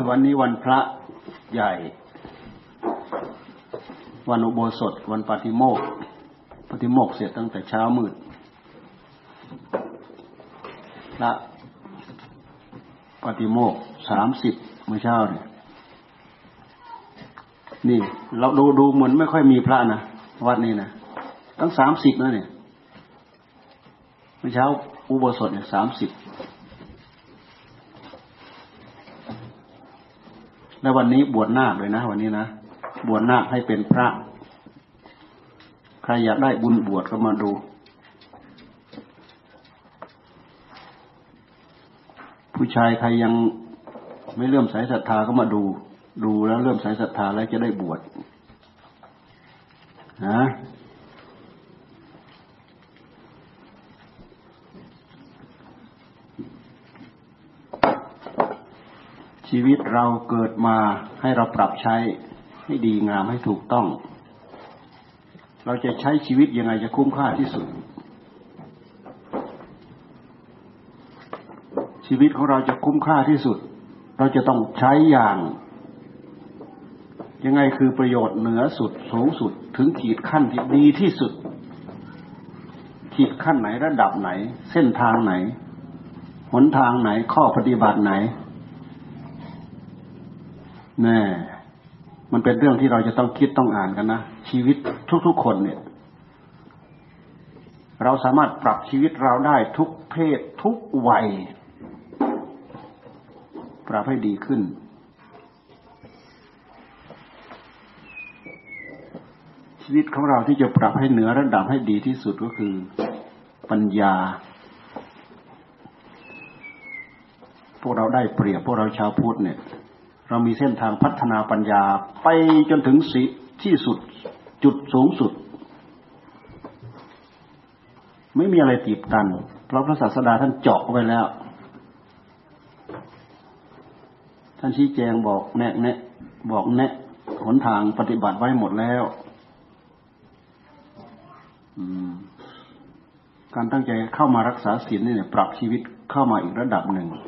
วันนี้วันพระใหญ่วันอุโบสถวันปาฏิโมกข์ปาฏิโมกข์เสร็จตั้งแต่เช้ามืดละปาฏิโมกข์30เมื่อเช้าเนี่ยนี่เราดูเหมือนไม่ค่อยมีพระนะวัดนี้นะตั้ง30นะเนี่ยเมื่อเช้าอุโบสถเนี่ย30แล้ววันนี้บวชนาคเลยนะวันนี้นะบวชนาคให้เป็นพระใครอยากได้บุญบวชก็มาดูผู้ชายใครยังไม่เลื่อมใสศรัทธาก็มาดูแล้วเลื่อมใสศรัทธาแล้วจะได้บวชนะชีวิตเราเกิดมาให้เราปรับใช้ให้ดีงามให้ถูกต้องเราจะใช้ชีวิตยังไงจะคุ้มค่าที่สุดชีวิตของเราจะคุ้มค่าที่สุดเราจะต้องใช้อย่างยังไงคือประโยชน์เหนือสุดสูงสุดถึงขีดขั้นที่ดีที่สุดขีดขั้นไหนระดับไหนเส้นทางไหนหนทางไหนข้อปฏิบัติไหนแน่มันเป็นเรื่องที่เราจะต้องคิดต้องอ่านกันนะชีวิตทุกๆคนเนี่ยเราสามารถปรับชีวิตเราได้ทุกเพศทุกวัยปรับให้ดีขึ้นชีวิตของเราที่จะปรับให้เหนือระดับให้ดีที่สุดก็คือปัญญาพวกเราได้เปรียบพวกเราชาวพุทธเนี่ยเรามีเส้นทางพัฒนาปัญญาไปจนถึงที่สุดจุดสูงสุดไม่มีอะไรตีบตันเพราะพระศาสดาท่านเจาะไว้แล้วท่านชี้แจงบอกแนะบอกแนะหนทางปฏิบัติไว้หมดแล้วการตั้งใจเข้ามารักษาศีลนี่เนี่ยปรับชีวิตเข้ามาอีกระดับหนึ่ง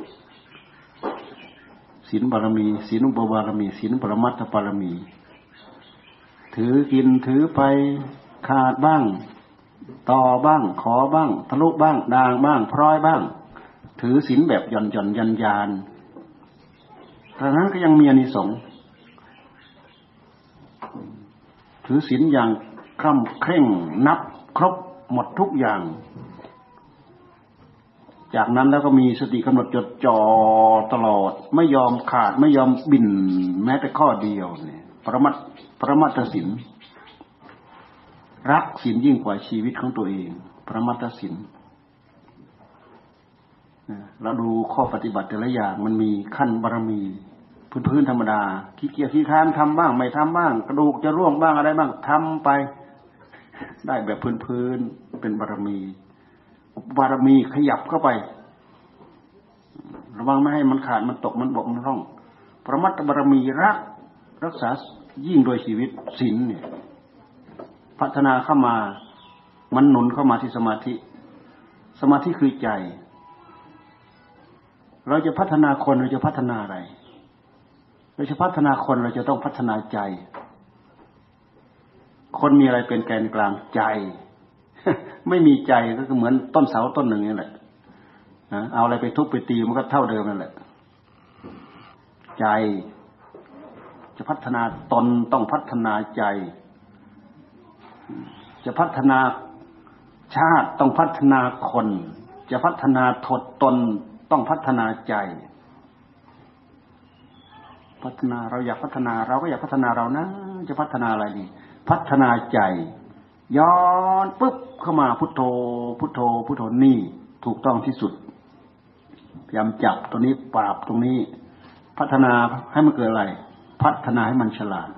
ศีลบารมีศีลอุปบารมีศีลปรมัตถบารมีถือกินถือไปขาดบ้างต่อบ้างขอบ้างทะลุบ้างด่างบ้างพร้อยบ้างถือศีลแบบหย่อนยันแต่นั้นก็ยังมีอานิสงส์ถือศีลอย่างเคร่งนับครบหมดทุกอย่างจากนั้นแล้วก็มีสติกำหนดจดจ่อตลอดไม่ยอมขาดไม่ยอมบิ่นแม้แต่ข้อเดียวเนี่ยปรมัตถศีลรักศีลยิ่งกว่าชีวิตของตัวเองปรมัตถศีลเราดูข้อปฏิบัติแต่ละอย่างมันมีขั้นบารมีพื้นธรรมดาขี้เกียจขี้ค้านทำบ้างไม่ทำบ้างกระดูกจะร่วงบ้างอะไรบ้างทำไปได้แบบพื้นเป็นบารมีบารมีขยับเข้าไประวังไม่ให้มันขาดมันตกมันบกมันร่องปรมัตถบารมีรักษายิ่งโดยชีวิตศีลเนี่ยพัฒนาเข้ามามันหนุนเข้ามาที่สมาธิคือใจเราจะพัฒนาคนเราจะพัฒนาอะไรเราจะพัฒนาคนเราจะต้องพัฒนาใจคนมีอะไรเป็นแกนกลางใจไม่มีใจก็เหมือนต้นเสาต้นหนึ่งนี่แหละเอาอะไรไปทุบไปตีมันก็เท่าเดิมนั่นแหละใจจะพัฒนาตนต้องพัฒนาใจจะพัฒนาชาติต้องพัฒนาคนจะพัฒนาตนต้องพัฒนาใจพัฒนาเราอยากพัฒนาเราก็อยากพัฒนาเรานะจะพัฒนาอะไรดีพัฒนาใจย้อนปุ๊บเข้ามาพุทโธพุทโธพุทโธนี่ถูกต้องที่สุดพยายามจับตรงนี้ปรับตรงนี้พัฒนาให้มันเกิดอะไรพัฒนาให้มันฉลาด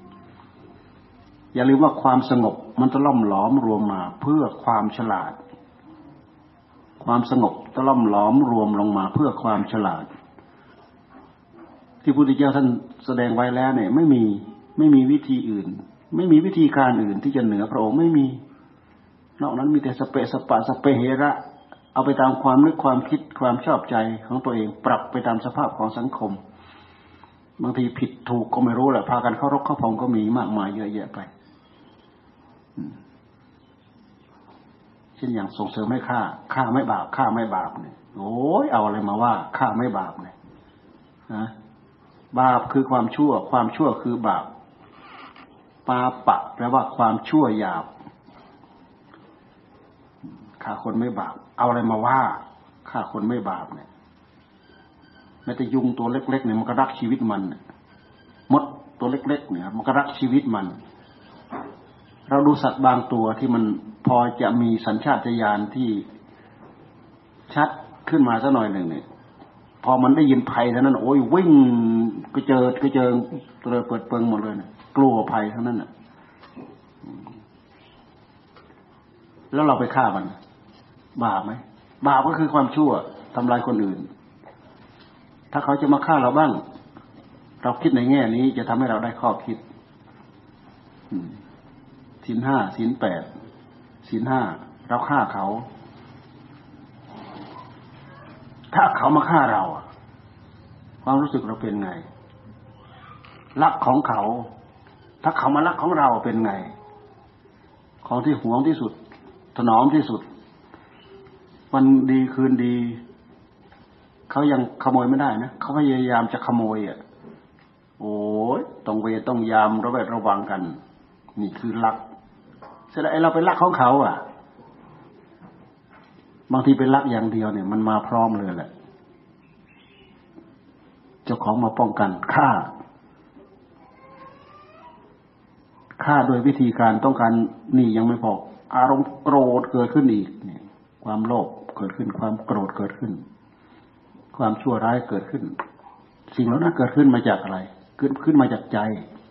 อย่าลืมว่าความสงบมันจะล่อมหลอมรวมมาเพื่อความฉลาดความสงบจะล่อมหลอมรวมลงมาเพื่อความฉลาดที่พระพุทธเจ้าท่านแสดงไว้แล้วเนี่ยไม่มีวิธีอื่นไม่มีวิธีการอื่นที่จะเหนือพระองค์ไม่มีนอกนั้นมีแต่สเปสปะสเปเหระเอาไปตามความนึกความคิดความชอบใจของตัวเองปรับไปตามสภาพของสังคมบางทีผิดถูกก็ไม่รู้แหละพากันเข้ารกเข้าพงก็มีมากมายเยอะแยะไปเช่นอย่างส่งเสริมให้ฆ่าไม่บาปฆ่าไม่บาปเนี่ยโอ้ยเอาอะไรมาว่าฆ่าไม่บาปเนี่ยนะบาปคือความชั่วความชั่วคือบาปปาปะแปลว่าความชั่วหยาบฆ่าคนไม่บาปเอาอะไรมาว่าฆ่าคนไม่บาปเนี่ยแม้แต่ยุงตัวเล็กๆเนี่ยมันก็รักชีวิตมันมดตัวเล็กๆเนี่ยมันก็รักชีวิตมันเราดูสัตว์บางตัวที่มันพอจะมีสัญชาตญาณที่ชัดขึ้นมาสักหน่อยหนึ่งเนี่ยพอมันได้ยินภัยเท่านั้นโอ้ยวิ่งกระเจิดเปิดเปิงหมดเลยเนี่ยกลัวภัยทั้งนั้นน่ะแล้วเราไปฆ่ามันบาปไหมบาปก็คือความชั่วทำลายคนอื่นถ้าเขาจะมาฆ่าเราบ้างเราคิดในแง่นี้จะทำให้เราได้ข้อคิดศีล 5ศีล 8ศีล 5เราฆ่าเขาถ้าเขามาฆ่าเราความรู้สึกเราเป็นไงรักของเขาถ้าเขามารักของเราเป็นไงของที่หวงที่สุดถนอมที่สุดวันดีคืนดีเขายังขโมยไม่ได้นะเขาพยายามจะขโมยโอ้ยต้องเวรต้องยามระแวดระวังกันนี่คือรักเสร็จแล้วเราไปรักของเขาบางทีเป็นรักอย่างเดียวเนี่ยมันมาพร้อมเลยแหละเจ้าของมาป้องกันฆ่าโดยวิธีการต้องการนี่ยังไม่พออารมณ์โกรธเกิดขึ้นอีกเนี่ยความโลภเกิดขึ้นความโกรธเกิดขึ้นความชั่วร้ายเกิดขึ้นสิ่งเหล่านั้นเกิดขึ้นมาจากอะไรเกิดขึ้นมาจากใจ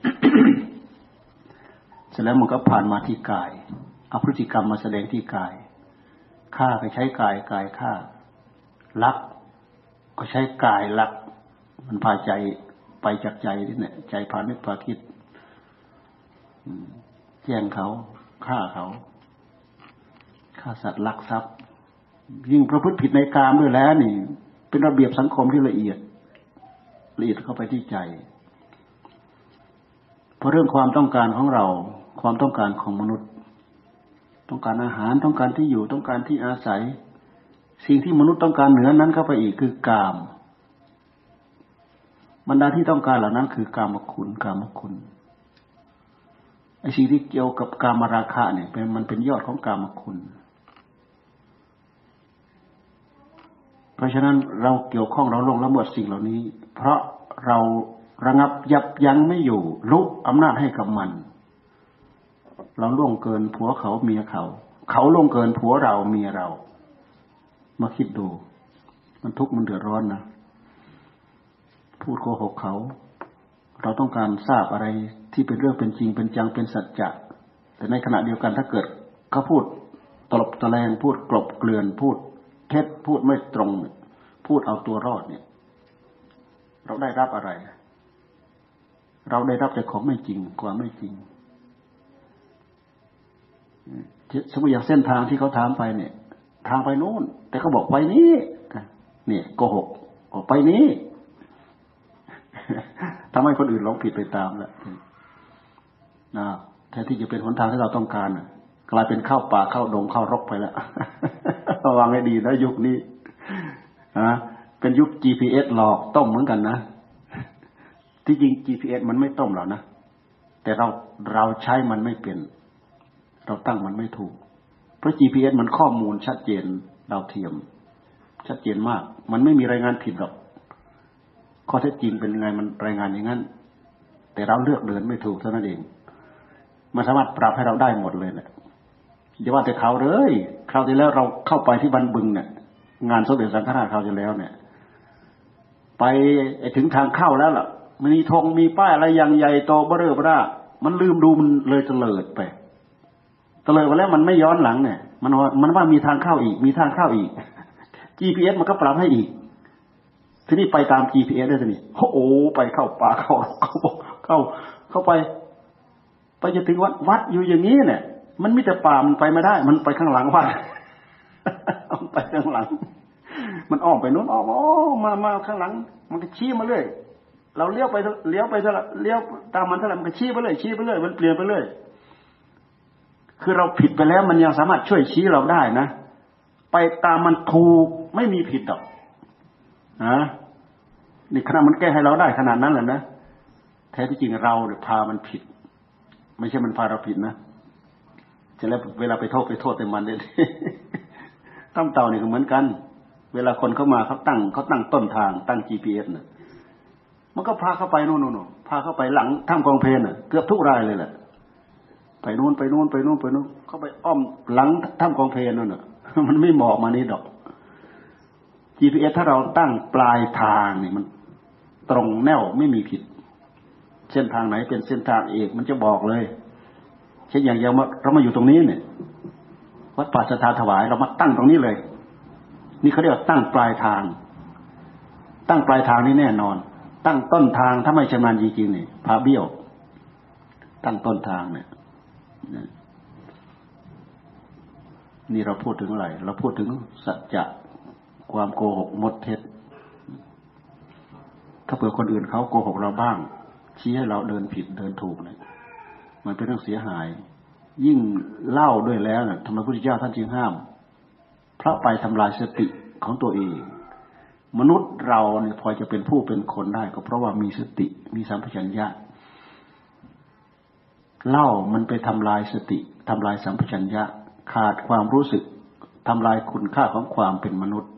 เสร็จแล้วมันก็ผ่านมาที่กายเอาพฤติกรรมมาแสดงที่กายฆ่าก็ใช้กายฆ่าลักก็ใช้กายลักมันพาใจไปจากใจนี่แหละใจพานึกพาคิดแย่งเขาฆ่าสัตว์ลักทรัพย์ยิ่งประพฤติผิดในกามด้วยแล้วนี่เป็นระเบียบสังคมที่ละเอียดเข้าไปที่ใจเพราะเรื่องความต้องการของเราความต้องการของมนุษย์ต้องการอาหารต้องการที่อยู่ต้องการที่อาศัยสิ่งที่มนุษย์ต้องการเหนือนั้นเข้าไปอีกคือกามบรรดาที่ต้องการเหล่านั้นคือกามคุณไอ้สิ่งที่เกี่ยวกับกามราคะเนี่ยมันเป็นยอดของกามคุณเพราะฉะนั้นเราเกี่ยวข้องเราลงละเมิดสิ่งเหล่านี้เพราะเราระงับยับยั้งไม่อยู่ลุกอำนาจให้กับมันเราล่วงเกินผัวเขาเมียเขาล่วงเกินผัวเราเมียเรามาคิดดูมันทุกข์มันเดือดร้อนนะพูดโกหกเขาเราต้องการทราบอะไรที่เป็นเรื่องเป็นจริงเป็นจังเป็นสัจจะแต่ในขณะเดียวกันถ้าเกิดเขาพูดตลบตะแลงพูดกลบเกลื่อนพูดเท็จพูดไม่ตรงพูดเอาตัวรอดเนี่ยเราได้รับอะไรเราได้รับแต่ของไม่จริงความไม่จริงสมมติอย่างเส้นทางที่เขาถามไปเนี่ยทางไปโน้นแต่เขาบอกไปนี้เนี่ยโกหกออกไปนี้ทำให้คนอื่นหลงผิดไปตามแล้วแทนที่จะเป็นหนทางที่เราต้องการกลายเป็นเข้าป่าเข้าดงเข้ารกไปแล้วระวังให้ดีนะยุคนี้เป็นยุค GPS หลอกต้มเหมือนกันนะที่จริง GPS มันไม่ต้มหรอกนะแต่เราใช้มันไม่เป็นเราตั้งมันไม่ถูกเพราะ GPS มันข้อมูลชัดเจนดาวเทียมชัดเจนมากมันไม่มีรายงานผิดหรอกข้อเท็จจริงเป็นยังไงมันรายงานอย่างนั้นแต่เราเลือกเดินไม่ถูกเท่านั้นเองมันสามารถปรับให้เราได้หมดเลยแหละอย่าว่าแต่เขาเลยคราวที่แล้วเราเข้าไปที่บันบึงเนี่ยงานสมเด็จสังฆราชคราวที่แล้วเนี่ยไปถึงทางเข้าแล้วล่ะมันมีธงมีป้ายอะไรอย่างใหญ่โตเบ้อเร่อเบ้อมันลืมดูมันเลยเตลิดไปแล้วมันไม่ย้อนหลังเนี่ยมันว่ามีทางเข้าอีกมีทางเข้าอีก GPS มันก็ปรับให้อีกทีนี้ไปตาม GPS ได้ทีนี้โอ้ไปเข้าป่าเข้าไปจะถึงวัดอยู่อย่างนี้เนี่ยมันมีแต่ป่ามันไปไม่ได้มันไปข้างหลังวัด ไปข้างหลังมันอ้อมไปโน้นอ้อมมาข้างหลังมันก็ชี้มาเรื่อยเราเลี้ยวไปเลี้ยวไปเท่าเลี้ยวตามมันเท่าไหร่มันก็ชี้ไปเลยชี้ไปเลยมันเปลี่ยนไปเลยคือเราผิดไปแล้วมันยังสามารถช่วยชี้เราได้นะไปตามมันถูกไม่มีผิดหรอกนี่ขนาดมันแก้ให้เราได้ขนาดนั้นแหละนะแท้ที่จริงเราเนี่ยพามันผิดไม่ใช่มันพาเราผิดนะจะแล้วเวลาไปโทษแต่มันเลยตั้มเต่านี่ก็เหมือนกันเวลาคนเข้ามาเขาตั้งต้นทางตั้ง GPS น่ะมันก็พาเข้าไปนู่นพาเข้าไปหลังถ้ำกองเพลน่ะเกือบทุกรายเลยแหละไปนู่นเข้าไปอ้อมหลังถ้ำกองเพลนู่นน่ะมันไม่เหมาะมานี่ดอก GPS ถ้าเราตั้งปลายทางนี่มันตรงแนวไม่มีผิดเส้นทางไหนเป็นเส้นทางเอกมันจะบอกเลยเช่นอย่างเรามาอยู่ตรงนี้เนี่ยวัดป่าสัทธาถวายเรามาตั้งตรงนี้เลยนี่เขาเรียกว่าตั้งปลายทางตั้งปลายทางนี่แน่นอนตั้งต้นทางถ้าไม่ชำนาญจริงๆนี่พาเบี้ยวตั้งต้นทางเนี่ยนี่เราพูดถึงอะไรเราพูดถึงสัจจะความโกหกมดเท็จถ้าเผื่อคนอื่นเขาโกหกเราบ้างชี้ให้เราเดินผิดเดินถูกเนี่ยมันเป็นเรื่องเสียหายยิ่งเล่าด้วยแล้วเนี่ยทำไมพระพุทธเจ้าท่านจึงห้ามเพราะไปทำลายสติของตัวเองมนุษย์เราเนี่ยพอจะเป็นผู้เป็นคนได้ก็เพราะว่ามีสติมีสัมปชัญญะเล่ามันไปทำลายสติทำลายสัมปชัญญะขาดความรู้สึกทำลายคุณค่าของความเป็นมนุษย์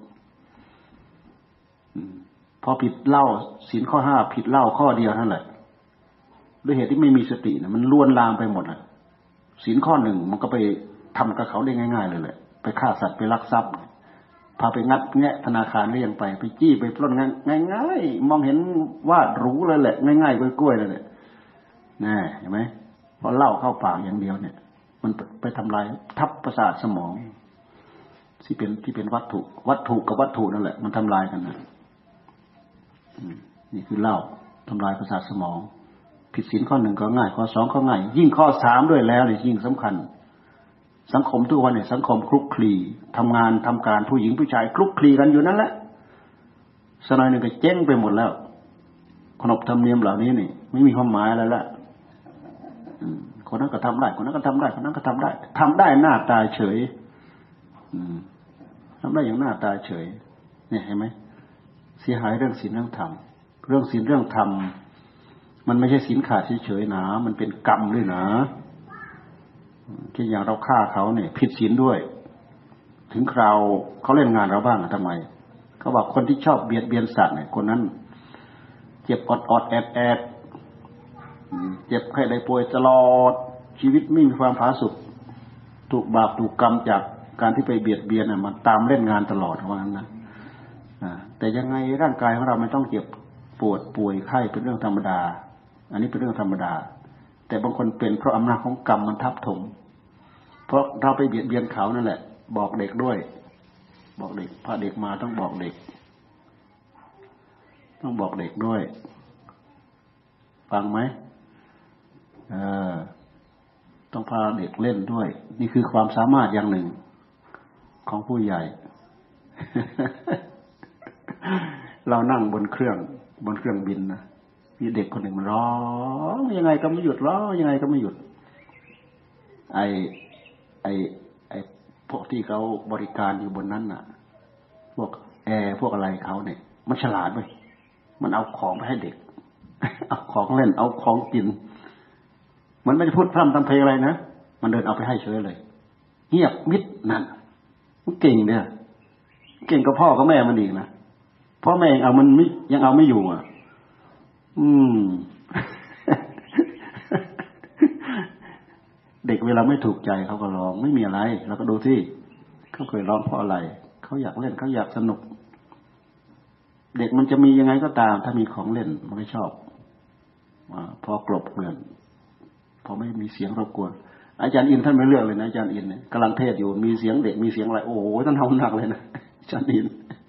พอผิดเล่าศีลข้อ5ผิดเล่าข้อเดียวนั่นแหละด้วยเหตุที่ไม่มีสตินะมันล้วนลามไปหมดอ่ะศีลข้อ1มันก็ไปทำกับเขาได้ง่ายๆเลยแหละไปฆ่าสัตว์ไปลักทรัพย์พาไปงัดแงะธนาคารก็ยังไปจี้ไปปล้นง่ายๆมองเห็นวาดรู้เลยแหละง่ายๆกล้วยๆเลยแหละน่เห็นไหมพอเล่าเข้าปากอย่างเดียวเนี่ยมันไปทำลายทับประสาทสมองที่เป็นวัตถุกับวัตถุนั่นแหละมันทำลายกันนะนี่คือเล่าทำลายประสาทสมองผิดศีลข้อ1ก็ง่ายข้อ2ก็ง่ายยิ่งข้อ3ด้วยแล้วเนี่ยยิ่งสำคัญสังคมทุกวันเนี่ยสังคมคลุกคลีทำงานทำการผู้หญิงผู้ชายคลุกคลีกันอยู่นั่นแหละสักหน่อยหนึ่งก็เจ๊งไปหมดแล้วขนบธรรมเนียมเหล่านี้นี่ไม่มีความหมายอะไรละคนนั้นก็ทำได้คนนั้นก็ทำได้คนนั้นก็ทำได้หน้าตาเฉยทำได้อย่างหน้าตาเฉยเนี่ยเห็นไหมเสียหายเรื่องศีลเรื่องธรรมเรื่องศีลเรื่องธรรมมันไม่ใช่ศีลขาดเฉยๆนะมันเป็นกรรมด้วยนะเช่นอย่างเราฆ่าเขาเนี่ยผิดศีลด้วยถึงคราวเขาเล่นงานเราบ้างทำไมเขาบอกคนที่ชอบเบียดเบียนสัตว์เนี่ยคนนั้นเจ็บอดแอดเจ็บไข้ได้ป่วยตลอดชีวิตไม่มีความผาสุกถูกบาปถูกกรรมจากการที่ไปเบียดเบียนมันตามเล่นงานตลอดว่างั้นนะแต่ยังไงร่างกายของเราไม่ต้องเจ็บปวดป่วยไข้เป็นเรื่องธรรมดาอันนี้เป็นเรื่องธรรมดาแต่บางคนเป็นเพราะอำนาจของกรรมมันทับถมเพราะเราไปเบียดเบียนเขานั่นแหละบอกเด็กด้วยบอกเด็กพาเด็กมาต้องบอกเด็กด้วยฟังไหมต้องพาเด็กเล่นด้วยนี่คือความสามารถอย่างหนึ่งของผู้ใหญ่ เรานั่งบนเครื่องบินนะมีเด็กคนหนึ่งมันร้องยังไงก็ไม่หยุดร้องยังไงก็ไม่หยุดไอพวกที่เขาบริการอยู่บนนั้นน่ะพวกแอร์พวกอะไรเขาเนี่ยมันฉลาดเว้ยมันเอาของไปให้เด็ก เอาของเล่นเอาของกินมันไม่ได้พูดพร่ำทำเพลงอะไรนะมันเดินเอาไปให้เฉยเลยเงียบมิดนั่นมันเก่งเนี่ยเก่งกับพ่อกับแม่มันอีกนะพ่อแม่เอามันยังเอาไม่อยู่อ่ะเด็กเวลาไม่ถูกใจเขาก็ร้องไม่มีอะไรเราก็ดูที่เขาเคยร้องเพราะอะไรเขาอยากเล่นเขาอยากสนุกเด็กมันจะมียังไงก็ตามถ้ามีของเล่นมันไม่ชอบพอกลบเกลื่อนพอไม่มีเสียงรบกวนอาจารย์อินท่านไม่เลือกเลยนะอาจารย์อินเนี่ยกำลังเทศอยู่มีเสียงเด็กมีเสียงอะไรโอ้โหท่านทำหนักเลยนะอาจารย์อิน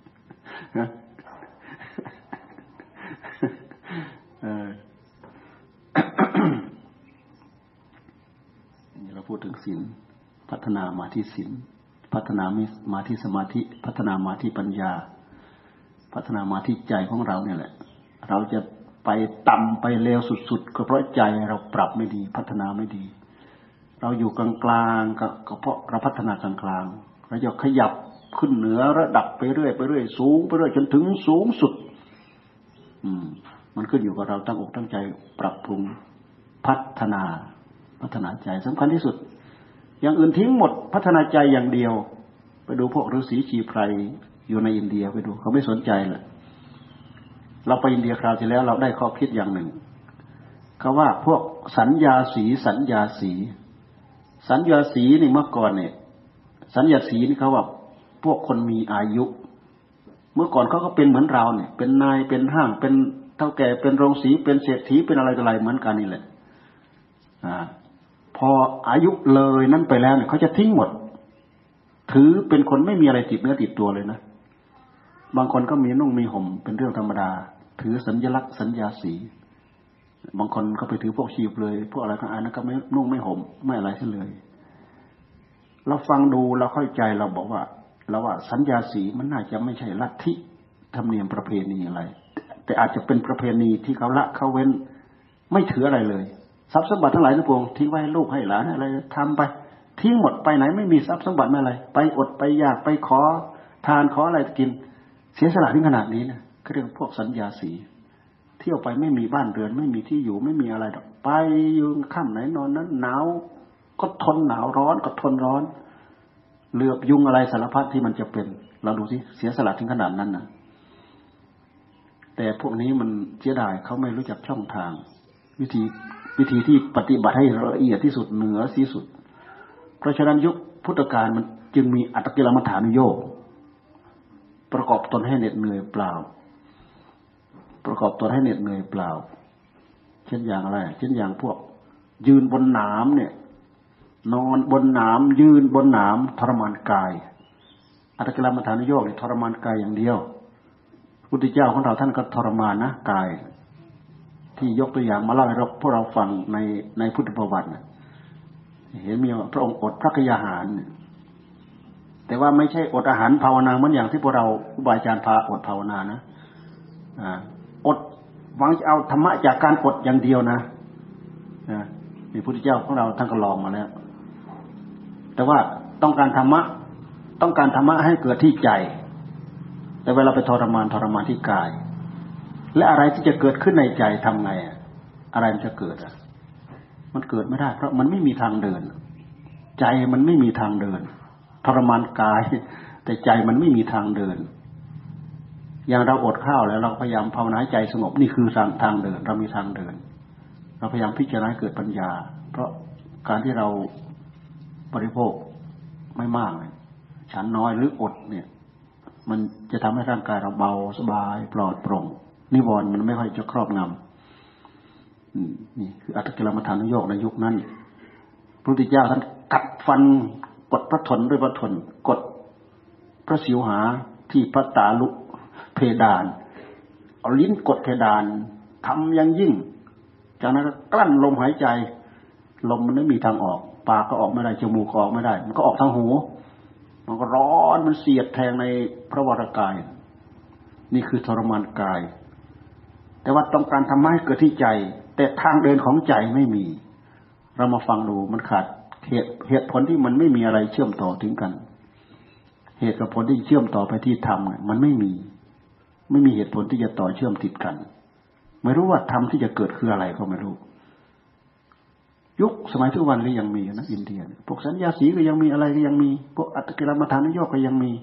เราพูดถึงศีลพัฒนามาที่ศีลพัฒนามาที่สมาธิพัฒนามาที่ปัญญาพัฒนามาที่ใจของเราเนี่ยแหละเราจะไปต่ำไปเลวสุดๆก็เพราะใจเราปรับไม่ดีพัฒนาไม่ดีเราอยู่กลางๆก็เพราะเราพัฒนากลางๆเราจะขยับขึ้นเหนือระดับไปเรื่อยสูงไปเรื่อยจนถึงสูงสุดมันขึ้นอยู่กับเราตั้งอกตั้งใจปรับปรุงพัฒนาใจสำคัญที่สุดอย่างอื่นทิ้งหมดพัฒนาใจอย่างเดียวไปดูพวกฤาษีชีไพรอยู่ในอินเดียไปดูเขาไม่สนใจเลยเราไปอินเดียคราวที่แล้วเราได้ข้อคิดอย่างหนึ่งก็ว่าพวกสัญญาสีนี่เมื่อก่อนเนี่ยสัญญาสีนี่เขาว่าพวกคนมีอายุเมื่อก่อนเขาก็เป็นเหมือนเราเนี่ยเป็นนายเป็นห้างเป็นเฒ่าแก่เป็นโรงสีเป็นเศรษฐีเป็นอะไรต่ออะไรเหมือนกันนี่แหละพออายุเลยนั้นไปแล้วเนี่ยเขาจะทิ้งหมดถือเป็นคนไม่มีอะไรติดเนื้อติดตัวเลยนะบางคนก็มีนุ่งมีห่มเป็นเรื่องธรรมดาถือสัญลักษณ์สัญญาสีบางคนก็ไปถือพวกชีพเลยพวกอะไรก็นั้นก็ไม่นุ่งไม่ห่มไม่อะไรเสียเลยเราฟังดูเราเข้าใจเราบอกว่าสัญญาสีมันน่าจะไม่ใช่ลัทธิธรรมเนียมประเพณีอะไรแต่อาจจะเป็นประเพณีที่เขาละเขาเว้นไม่ถืออะไรเลยทรัพย์สมบัติทั้งหลายทั้งปวงทิ้งไว้ให้ลูกให้หลานอะไรทำไปทิ้งหมดไปไหนไม่มีทรัพย์สมบัติไม่อะไรไปอดไปอยากไปขอทานขออะไรกินเสียสละถึงขนาดนี้นะก็เรื่องพวกสัญญาสีเที่ยวไปไม่มีบ้านเรือนไม่มีที่อยู่ไม่มีอะไรหรอกไปอยู่ค่ำไหนนอนนั้นหนาวก็ทนหนาวร้อนก็ทนร้อนเหลือบยุงอะไรสารพัดที่มันจะเป็นเราดูสิเสียสละถึงขนาดนั้นนะแต่พวกนี้มันเสียดายเขาไม่รู้จักช่องทางวิธีที่ปฏิบัติให้ละเอียดที่สุดเหนือที่สุดเพราะฉะนั้นยุคพุทธกาลมันจึงมีอัตตกิลมัฏฐานุโยคประกอบตนให้เหน็ดเหนื่อยเปล่าประกอบตนให้เหน็ดเหนื่อยเปล่าเช่นอย่างอะไรเช่นอย่างพวกยืนบนหนามเนี่ยนอนบนหนามยืนบนหนามทรมานกายอัตตกิลมัฏฐานุโยคนี่ทรมานกายอย่างเดียวพุทธเจ้าของเราท่านก็ทรมานนะกายที่ยกตัวอย่างมาเล่าให้พวกเราฟังในพุทธประวัตินะเห็นมีพระองค์อดพระกยาหารแต่ว่าไม่ใช่อดอาหารภาวนาเหมือนอย่างที่พวกเราครูบาอาจารย์พาอดภาวนานะอดหวังจะเอาธรรมะจากการอดอย่างเดียวนะนี่พุทธเจ้าของเราท่านก็ลองมาแล้วแต่ว่าต้องการธรรมะให้เกิดที่ใจแต่เวลาไปทรมานที่กายและอะไรที่จะเกิดขึ้นในใจทำไงอะไรมันจะเกิดมันเกิดไม่ได้เพราะมันไม่มีทางเดินใจมันไม่มีทางเดินทรมานกายแต่ใจมันไม่มีทางเดินอย่างเราอดข้าวแล้วเราพยายามภาวนาใจสงบนี่คือทางเดินเรามีทางเดินเราพยายามพิจารณาเกิดปัญญาเพราะการที่เราบริโภคไม่มากฉันน้อยหรืออดเนี่ยมันจะทำให้ร่างกายเราเบาสบายปลอดโปร่งนิวรณ์มันไม่ค่อยจะครอบงำนี่คืออัตตกิลมัฏฐานุโยคในยุคนั้นพระพุทธเจ้าท่านกัดฟันกดพระทนด้วยพระทนกดพระสิวหาที่พระตาลุเพดานเอาลิ้นกดเพดานทำอย่างยิ่งจากนั้นก็กลั้นลมหายใจลมมันไม่มีทางออกปากก็ออกไม่ได้จมูกก็ออกไม่ได้มันก็ออกทางหูมันก็ร้อนมันเสียดแทงในพระวรกายนี่คือทรมานกายแต่ว่าต้องการทำให้เกิดที่ใจแต่ทางเดินของใจไม่มีเรามาฟังดูมันขาดเหตุผลที่มันไม่มีอะไรเชื่อมต่อถึงกันเหตุกับผลที่เชื่อมต่อไปที่ธรรมมันไม่มีเหตุผลที่จะต่อเชื่อมติดกันไม่รู้ว่าธรรมที่จะเกิดคืออะไรก็ไม่รู้ยุคสมัยทุกวันก็ยังมีนะอินเดียพวกสัญญาสีก็ยังมีอะไรก็ยังมีพวกอัตตกิลมัฏฐานุโยคก็ยังมี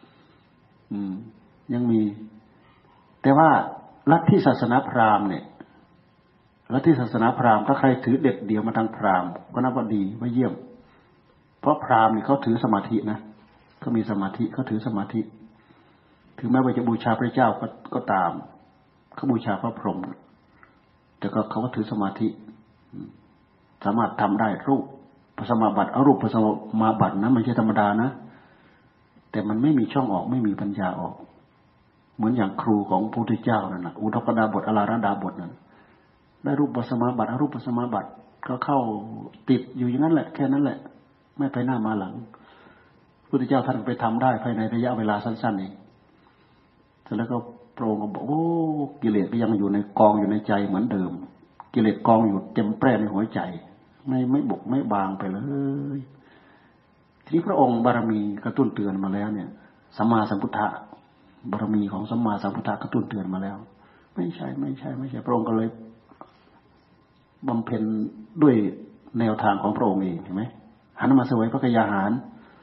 ยังมีแต่ว่าลัทธิศาสนาพราหมณ์เนี่ยลัทธิศาสนาพราหมณ์ถ้าใครถือเด็ดเดี่ยวมาทางพราหมณ์ก็นับว่าดีว่าเยี่ยมเพราะพราหมณ์นี่เขาถือสมาธินะเขามีสมาธิเขาถือสมาธิถึงแม้ว่าจะบูชาพระเจ้าก็ตามเขาบูชาพระพรหมแต่ก็เขาก็ถือสมาธิสามารถทำได้รูปพระสมาบัติอรูปพระสมาบัตินะไม่ใช่ธรรมดานะแต่มันไม่มีช่องออกไม่มีปัญญาออกเหมือนอย่างครูของพระพุทธเจ้านั่นน่ะอุทกดาบทอลาระดาบทนั่นได้รูปพระสมาบัติอรูปพระสมาบัติก็เข้าติดอยู่อย่างนั้นแหละแค่นั้นแหละไม่ไปหน้ามาหลังพระพุทธเจ้าท่านไปทำได้ภายในระยะเวลาสั้นๆเองแล้วก็พระองค์ก็บอกโอ้กิเลสก็ยังอยู่ในกองอยู่ในใจเหมือนเดิมกิเลสกองอยู่เต็มแปร่ในหัวใจไม่บกไม่บางไปเลยทีนี้พระองค์บารมีกระตุ้นเตือนมาแล้วเนี่ยสัมมาสัมพุทธะบารมีของสัมมาสัมพุทธะกระตุ้นเตือนมาแล้วไม่ใช่พระองค์ก็เลยบำเพ็ญด้วยแนวทางของพระองค์เองเห็นไหมหันมาเสวยพระกยาหาร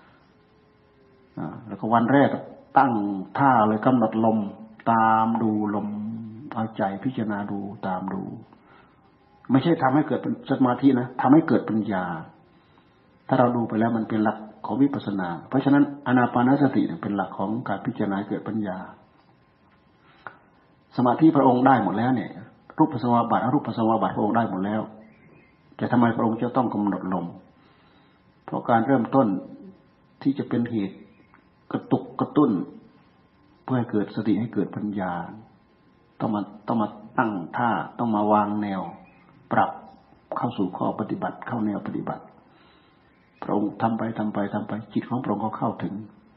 แล้วก็วันแรกตั้งท่าเลยกำหนดลมตามดูลมเอาใจพิจารณาดูตามดูไม่ใช่ทำให้เกิดเป็นสมาธินะทำให้เกิดปัญญาถ้าเราดูไปแล้วมันเป็นหลักของวิปัสสนาเพราะฉะนั้นอานาปานสติเป็นหลักของการพิจารณาเกิดปัญญาสมาธิพระองค์ได้หมดแล้วเนี่ยรูปสมาบัติอรูปสมาบัติพระองค์ได้หมดแล้วแต่ทำไมพระองค์จะต้องกำหนดลมเพราะการเริ่มต้นที่จะเป็นเหตุกระตุกกระตุ้นเพื่อให้เกิดสติให้เกิดปัญญาต้องมาตั้งท่าต้องมาวางแนวปรับเข้าสู่ข้อปฏิบัติเข้าแนวปฏิบัติพระองค์ทำไปจิตของพระองค์ก็เข้าถึง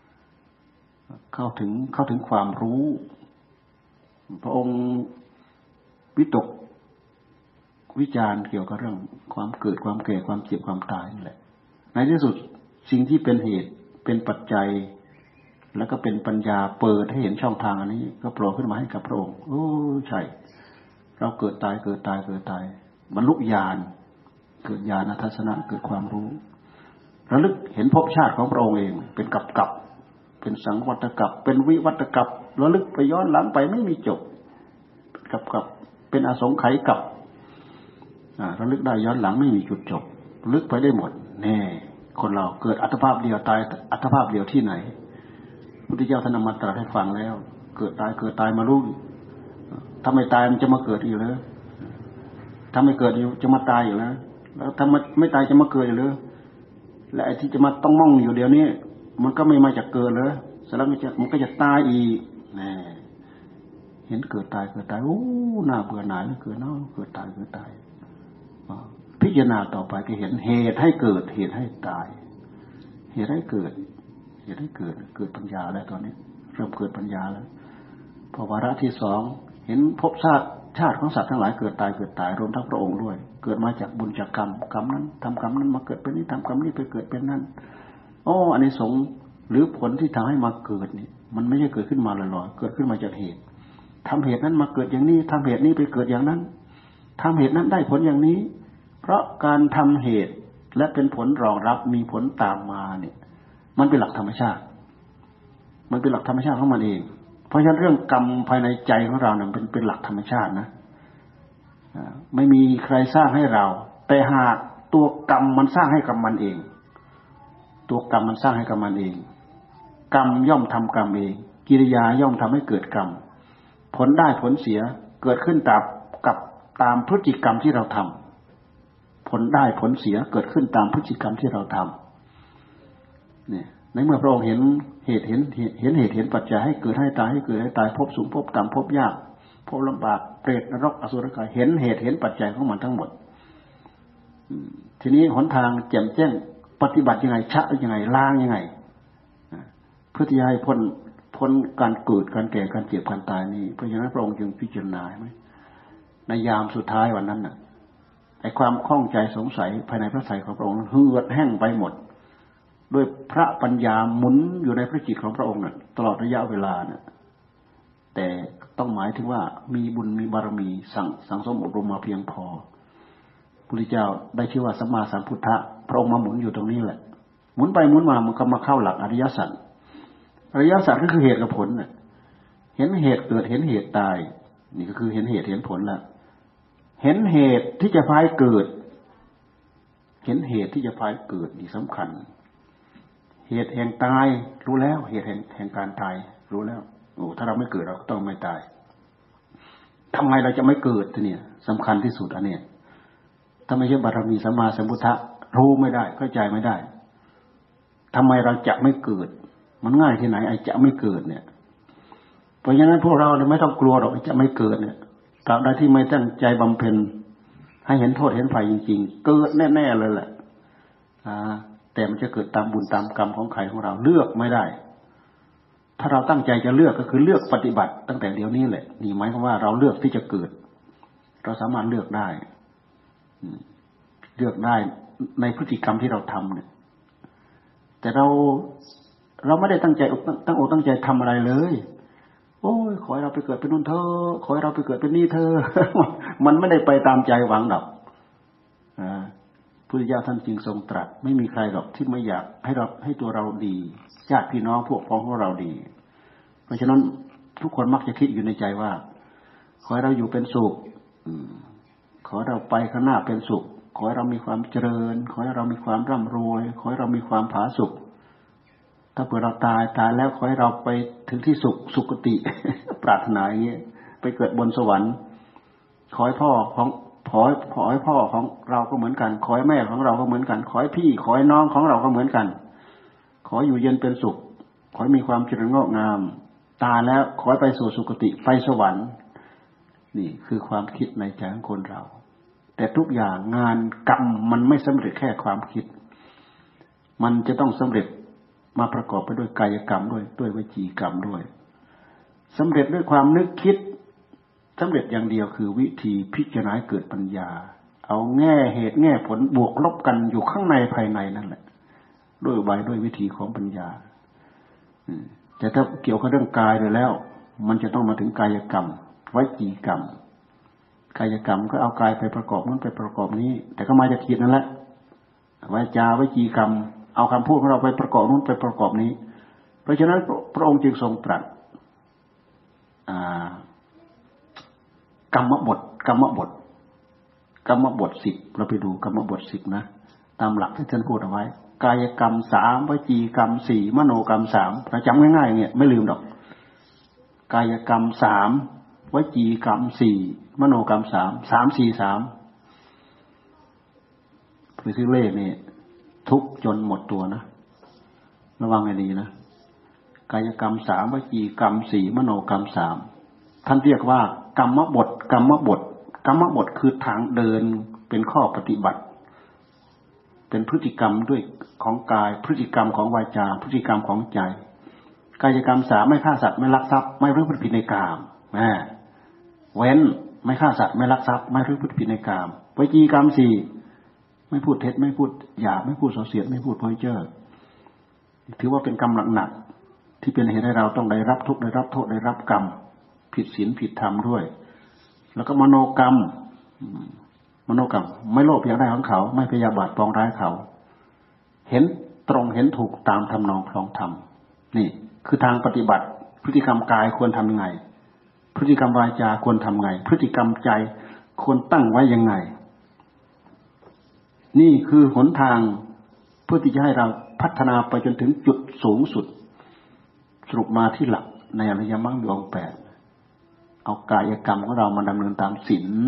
ความรู้พระองค์วิตกวิจารณ์เกี่ยวกับเรื่องความเกิดความแก่ความเจ็บความตายนี่แหละในที่สุดสิ่งที่เป็นเหตุเป็นปัจจัยแล้วก็เป็นปัญญาเปิดให้เห็นช่องทางอันนี้ก็โผล่ขึ้นมาให้กับพระองค์โอ้ใช่เราเกิดตายบรรลุญาณเกิดญาณทัศนะเกิดความรู้ระลึกเห็นภพชาติของพระองค์เองเป็นกับเป็นสังวัตกับเป็นวิวัตกับระลึกไปย้อนหลังไปไม่มีจบกับเป็นอสงไขยกับระลึกได้ย้อนหลังไม่มีจุดจบระลึกไปได้หมดแน่คนเราเกิดอัตภาพเดียวตายอัตภาพเดียวที่ไหนพุทธเจ้าท่านนำมาตรัสให้ฟังแล้วเกิดตายมารู้ถ้าไม่ตายมันจะมาเกิดอีกเหรอถ้าไม่เกิดอยู่จะมาตายอยู่แล้วถ้าไม่ตายจะมาเกิดอยู่เหรอและไอ้ที่จะมาต้องม่องอยู่เดี๋ยวนี้มันก็ไม่มาจากเกิดเลยเสร็จแล้วมันก็จะตายอีกแน่เห็นเกิดตายโอ้น่าเบื่อหน่ายเหลือเกินเนาะเกิดตายพิจารณาต่อไปก็เห็นเหตุให้เกิดเหตุให้ตายเหตุให้เกิดปัญญาแล้วตอนนี้เริ่มเกิดปัญญาแล้วพอวาระที่สองเห็นภพชาติของสัตว์ทั้งหลายเกิดตายรวมทั้งพระองค์ด้วยเกิดมาจากบุญจากกรรมนั้นทำกรรมนั้นมาเกิดเป็นนี้ทำกรรมนี้ไปเกิดเป็นนั้นอานิสงส์หรือผลที่ทำให้มาเกิดนี่มันไม่ใช่เกิดขึ้นมาลอยๆเกิดขึ้นมาจากเหตุทำเหตุนั้นมาเกิดอย่างนี้ทำเหตุนี้ไปเกิดอย่างนั้นทำเหตุนั้นได้ผลอย่างนี้เพราะการทำเหตุและเป็นผลรองรับมีผลตามมาเนี่ยมันเป็นหลักธรรมชาติของมันเองเพราะฉะนั้นเรื่องกรรมภายในใจของเราเนี่ยเป็นหลักธรรมชาตินะไม่มีใครสร้างให้เราแต่หากตัวกรรมมันสร้างให้กับมันเองกรรมย่อมทำกรรมเองกิริยาย่อมทำให้เกิดกรรมผลได้ผลเสียเกิดขึ้นตามพฤติกรรมที่เราทำผลได้ผลเสียเกิดขึ้นตามพฤติกรรมที่เราทำเนี่ยในเมื่อพระองค์เห็นเหตุเห็นปัจจัยให้เกิดให้ตายพบสูงพบต่ำพบยากพบลำบากเปรตนรกอสุรกายเห็นเหตุเห็นปัจจัยของมันทั้งหมดทีนี้หนทางแจ่มแจ้งปฏิบัติยังไงชะยังไงล้างยังไงเพื่อที่ให้พ้นการเกิดการแก่การเจ็บการตายนี่เพราะฉะนั้นพระองค์จึงพิจารณาไหมในยามสุดท้ายวันนั้นน่ะไอ้ความข้องใจสงสัยภายในพระทัยของพระองค์เหือดแห้งไปหมดด้วยพระปัญญาหมุนอยู่ในพระจิตของพระองค์น่ะตลอดระยะเวลาน่ะแต่ต้องหมายถึงว่ามีบุญมีบารมีสั่งสมอบรมมาเพียงพอพระพุทธเจ้าได้ชื่อว่าสัมมาสัมพุทธะพระองค์มาหมุนอยู่ตรงนี้แหละหมุนไปหมุนมามันก็มาเข้าหลักอริยสัจก็คือเหตุกับผลน่ะเห็นเหตุเกิดเห็นเหตุตายนี่ก็คือเห็นเหตุเห็นผลแล้วเห็นเหตุที่จะพาให้เกิดนี่สำคัญเหตุแห่งตายรู้แล้วเหตุแห่งการตายรู้แล้วถ้าเราไม่เกิดเราต้องไม่ตายทำไมเราจะไม่เกิดทีนี้สำคัญที่สุดอันนี้ถ้าไม่ใช่บารมีสัมมาสัมพุทธะรู้ไม่ได้เข้าใจไม่ได้ทำไมเราจะไม่เกิดมันง่ายที่ไหนไอ้จะไม่เกิดเนี่ยเพราะฉะนั้นพวกเราเนี่ยไม่ต้องกลัวหรอกจะไม่เกิดเนี่ยตราบใดที่ไม่ตั้งใจบำเพ็ญให้เห็นโทษเห็นภัยจริงๆเกิดแน่ๆเลยแหละแต่มันจะเกิดตามบุญตามกรรมของใครของเราเลือกไม่ได้ถ้าเราตั้งใจจะเลือกก็คือเลือกปฏิบัติตั้งแต่เดี๋ยวนี้แหละนี่หมายความว่าเราเลือกที่จะเกิดเราสามารถเลือกได้เลือกได้ในพฤติกรรมที่เราทำเนี่ยแต่เราไม่ได้ตั้งใจตั้งอกตั้งใจทำอะไรเลยโอ้ยขอให้เราไปเกิดเป็นนู่นเธอขอให้เราไปเกิดเป็นนี่เธอ มันไม่ได้ไปตามใจหวังหรอกพุทธเจ้าท่านจึงทรงตรัสไม่มีใครหรอกที่ไม่อยากให้ตัวเราดีญาติพี่น้องพวกพ้องของเราดีเพราะฉะนั้นทุกคนมักจะคิดอยู่ในใจว่าขอให้เราอยู่เป็นสุขขอให้เราไปข้างหน้าเป็นสุขขอให้เรามีความเจริญขอให้เรามีความร่ำรวยขอให้เรามีความผาสุกถ้าเผื่อเราตายแล้วขอให้เราไปถึงที่สุคติ ปรารถนาอย่างนี้ไปเกิดบนสวรรค์ขอให้พ่อของเราก็เหมือนกันขอให้แม่ของเราก็เหมือนกันขอให้พี่ขอให้น้องของเราก็เหมือนกันขออยู่เย็นเป็นสุขขอให้มีความเจริญงอกงามตายแล้วขอให้ไปสู่สุคติไปสวรรค์นี่คือความคิดในใจของคนเราแต่ทุกอย่างงานกรรมมันไม่สำเร็จแค่ความคิดมันจะต้องสำเร็จมาประกอบไปด้วยกายกรรมด้วยวจีกรรมด้วยสำเร็จด้วยความนึกคิดสำเร็จอย่างเดียวคือวิธีพิจารณาเกิดปัญญาเอาแง่เหตุแง่ผลบวกลบกันอยู่ข้างในภายในนั่นแหละด้วยวิธีของปัญญาแต่ถ้าเกี่ยวกับเรื่องกายเลยแล้วมันจะต้องมาถึงกายกรรมวจีกรรมกายกรรมก็เอากายไปประกอบนั้นไปประกอบนี้แต่ก็มาจากจิตนั่นแหละวาจาวจีกรรมเอาคำพูดของเราไปประกอบนู้นไปประกอบนี้เพราะฉะนั้นพระองค์จึงทรงตรัสกรรมบท10เราไปดูกรรมบท10นะตามหลักที่ท่านพูดเอาไว้กายกรรม3วจีกรรม4มโนกรรม3เราจำง่ายๆอย่างเงี้ยไม่ลืมหรอกกายกรรม3วจีกรรม4มโนกรรม3 คือซื้อเลขนี่ทุกจนหมดตัวนะระวังให้ดีนะกายกรรม3วจีกรรม4มโนกรรม3ท่านเรียกว่ากรรมบทคือทางเดินเป็นข้อปฏิบัติเป็นพฤติกรรมด้วยของกายพฤติกรรมของวาจาพฤติกรรมของใจกายกรรม3ไม่ฆ่าสัตว์ไม่ลักทรัพย์ไม่ประพฤติผิดในกามเว้นไม่ฆ่าสัตว์ไม่ลักทรัพย์ไม่ประพฤติผิดในกามวจีกรรม4ไม่พูดเท็จไม่พูดหยาบไม่พูดส่อเสียดไม่พูดเพ้อเจ้อถือว่าเป็นกรรมหนักๆที่เป็นเหตุให้เราต้องได้รับทุกข์ได้รับโทษได้รับกรรมผิดศีลผิดธรรมด้วยแล้วก็มโนกรรมไม่โลภอยากได้ของเขาไม่พยาบาทปองร้ายเขาเห็นตรงเห็นถูกตามทำนองคลองธรรมนี่คือทางปฏิบัติพฤติกรรมกายควรทำยังไงพฤติกรรมวาจาควรทำไงพฤติกรรมใจควรตั้งไว้ยังไงนี่คือหนทางเพื่อที่จะให้เราพัฒนาไปจนถึงจุดสูงสุดสรุปมาที่หลักในอริยมรรคมีองค์8เอากายกรรมของเรามาดำเนินตามศีล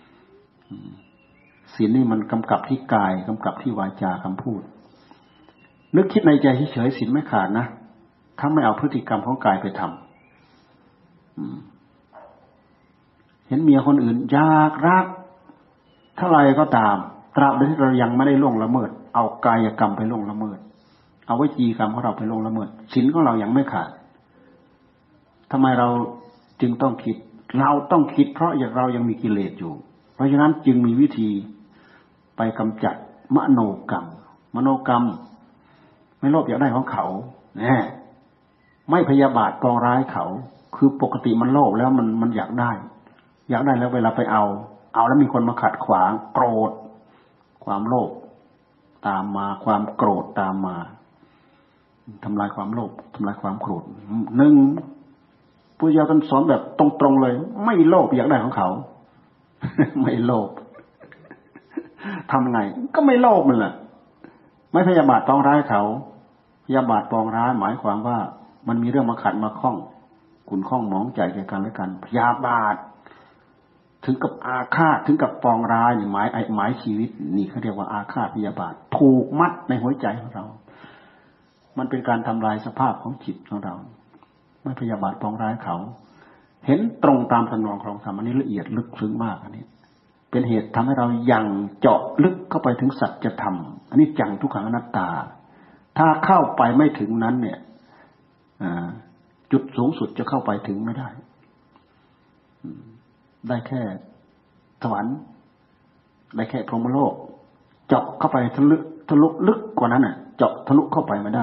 นี่มันกำกับที่กายกำกับที่วาจาคำพูดนึกคิดในใจเฉยๆศีลไม่ขาดนะถ้าไม่เอาพฤติกรรมของกายไปทำเห็นเมียคนอื่นอยากรักเท่าไรก็ตามตราบใดที่เรายังไม่ได้ล่วงละเมิดเอากายกรรมไปล่วงละเมิดเอาวจีกรรมของเราไปล่วงละเมิดศีลของเรายังไม่ขาดทำไมเราจึงต้องคิดเราต้องคิดเพราะเรายังมีกิเลสอยู่เพราะฉะนั้นจึงมีวิธีไปกำจัดมโนกรรมไม่โลภอยากได้ของเขาไม่พยาบาทปองร้ายเขาคือปกติมันโลภแล้วมันอยากได้แล้วเวลาไปเอาแล้วมีคนมาขัดขวางโกรธความโลภตามมาความโกรธตามมาทำลายความโลภทำลายความโกรธ1พุทธเจ้าท่านสอนแบบตรงๆเลยไม่โลภอยากได้ของเขา ไม่โลภทำไงก็ไม่โลภมันแหละไม่พยาบาทปองร้ายเขาพยาบาทปองร้ายหมายความว่ามันมีเรื่องมาขัดมาข้องขุ่นข้องหมองใจแก่กันและกันพยาบาทถึงกับอาฆาตถึงกับปองร้ายหมายชีวิตนี่เขาเรียกว่าอาฆาตพยาบาทผูกมัดในหัวใจของเรามันเป็นการทำลายสภาพของจิตของเราไม่พยาบาทปองร้ายเขาเห็นตรงตามทำนองคลองธรรมอันนี้ละเอียดลึกซึ้งมากอันนี้เป็นเหตุทำให้เรายังเจาะลึกเข้าไปถึงสัจธรรมอันนี้จังทุกขังอนัตตาถ้าเข้าไปไม่ถึงนั้นเนี่ยจุดสูงสุดจะเข้าไปถึงไม่ได้ได้แค่สวรรค์ได้แค่พรหมโลกเจาะเข้าไปทะลุลึกกว่านั้นเจาะทะลุเข้าไปไม่ได้